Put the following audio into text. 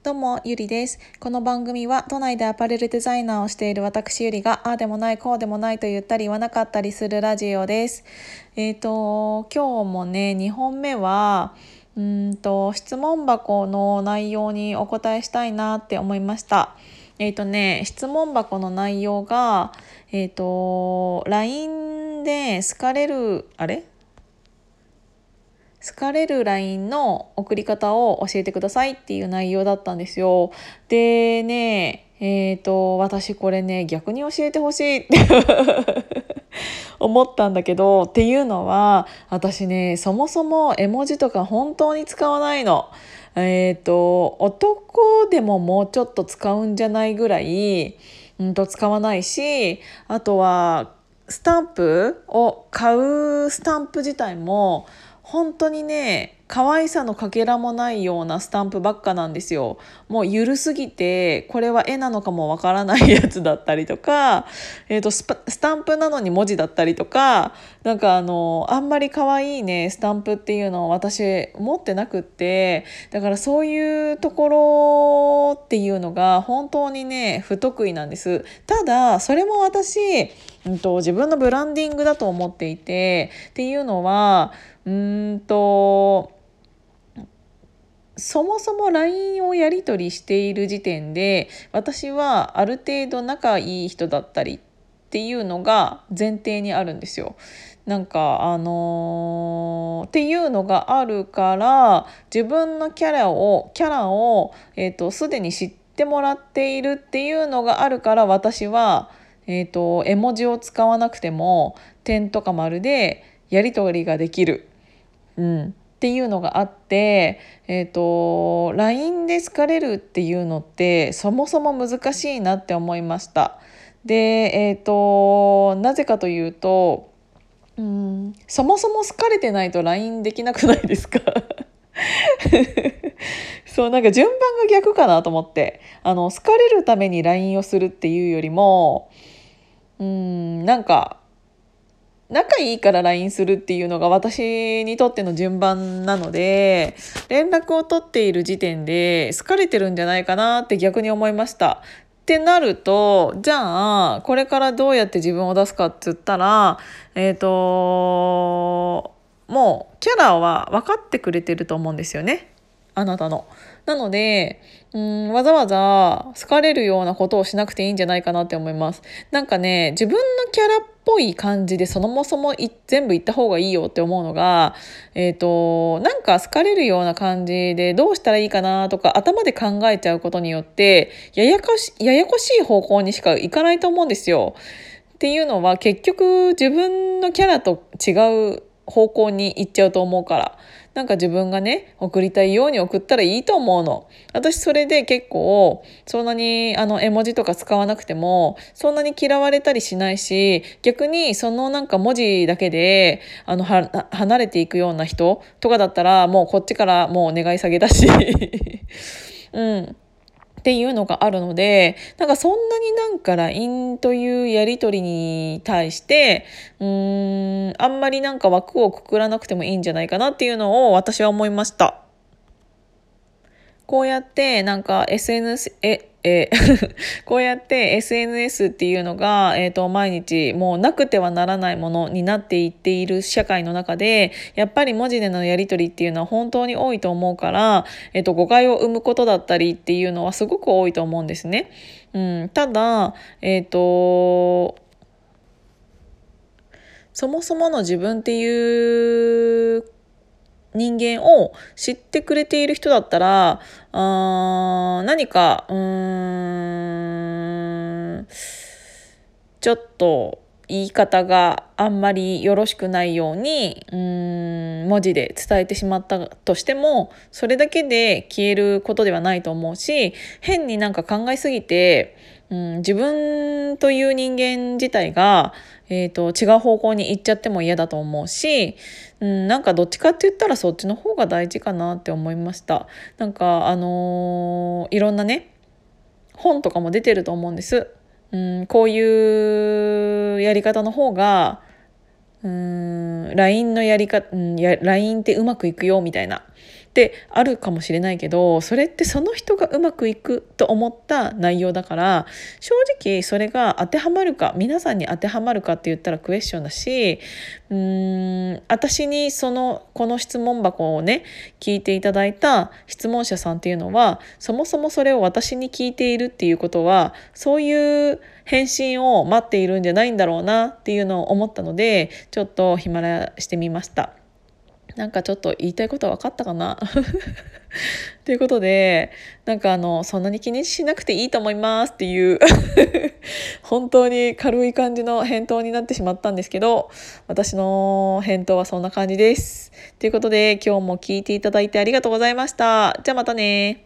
どうも、ゆりです。この番組は都内でアパレルデザイナーをしている私ゆりがああでもないこうでもないと言ったり言わなかったりするラジオです。今日もね、2本目は質問箱の内容にお答えしたいなって思いました。質問箱の内容がLINE で好かれる LINE の送り方を教えてくださいっていう内容だったんですよ。でね、私これね、逆に教えてほしいって思ったんだけど、っていうのは、私ね、そもそも絵文字とか本当に使わないの。男でももうちょっと使うんじゃないぐらい、使わないし、あとは、スタンプを買うスタンプ自体も、本当にね、可愛さのかけらもないようなスタンプばっかなんですよ。もうゆるすぎてこれは絵なのかもわからないやつだったりとか、スタンプなのに文字だったりとか、なんかあんまり可愛いねスタンプっていうのを私持ってなくって、だからそういうところっていうのが本当にね不得意なんです。ただそれも私、自分のブランディングだと思っていて、っていうのはそもそも LINE をやり取りしている時点で私はある程度仲いい人だったりっていうのが前提にあるんですよ。なんかっていうのがあるから、自分のキャラをすでに知ってもらっているっていうのがあるから、私は絵文字を使わなくても点とか丸でやり取りができる。っていうのがあって、LINE で好かれるっていうのってそもそも難しいなって思いました。で、なぜかというと、そもそも好かれてないと LINE できなくないですか？そう、なんか順番が逆かなと思って、好かれるために LINE をするっていうよりも、なんか仲いいから LINE するっていうのが私にとっての順番なので、連絡を取っている時点で好かれてるんじゃないかなって逆に思いました。ってなると、じゃあこれからどうやって自分を出すかって言ったら、もうキャラは分かってくれてると思うんですよね、あなたの。なので、わざわざ好かれるようなことをしなくていいんじゃないかなって思います。なんかね、自分のキャラっぽい感じでそもそも全部言った方がいいよって思うのが、なんか好かれるような感じでどうしたらいいかなとか頭で考えちゃうことによって、ややこしい方向にしかいかないと思うんですよ。っていうのは結局自分のキャラと違う方向に行っちゃうと思うから。なんか自分がね、送りたいように送ったらいいと思うの。私それで結構、そんなに絵文字とか使わなくても、そんなに嫌われたりしないし、逆にそのなんか文字だけで、離れていくような人とかだったら、もうこっちからもう願い下げだし。うん。っていうのがあるので、なんかそんなになんか LINE というやり取りに対して、あんまりなんか枠をくくらなくてもいいんじゃないかなっていうのを私は思いました。こうやってなんか こうやって SNS っていうのが、毎日もうなくてはならないものになっていっている社会の中で、やっぱり文字でのやり取りっていうのは本当に多いと思うから、誤解を生むことだったりっていうのはすごく多いと思うんですね。ただ、そもそもの自分っていう人間を知ってくれている人だったら、何かちょっと言い方があんまりよろしくないように文字で伝えてしまったとしても、それだけで消えることではないと思うし、変になんか考えすぎて、自分という人間自体が、違う方向に行っちゃっても嫌だと思うし、なんかどっちかって言ったらそっちの方が大事かなって思いました。なんかいろんなね本とかも出てると思うんです。こういうやり方の方がLINE のやり方、LINE ってうまくいくよみたいな。 ってあるかもしれないけど、それってその人がうまくいくと思った内容だから、正直それが当てはまるか、皆さんに当てはまるかって言ったらクエスチョンだし、私にこの質問箱をね聞いていただいた質問者さんっていうのは、そもそもそれを私に聞いているっていうことは、そういう返信を待っているんじゃないんだろうなっていうのを思ったので、ちょっとヒマラヤしてみました。なんかちょっと言いたいことは分かったかなということで、なんかそんなに気にしなくていいと思いますっていう本当に軽い感じの返答になってしまったんですけど、私の返答はそんな感じです。ということで、今日も聞いていただいてありがとうございました。じゃあまたね。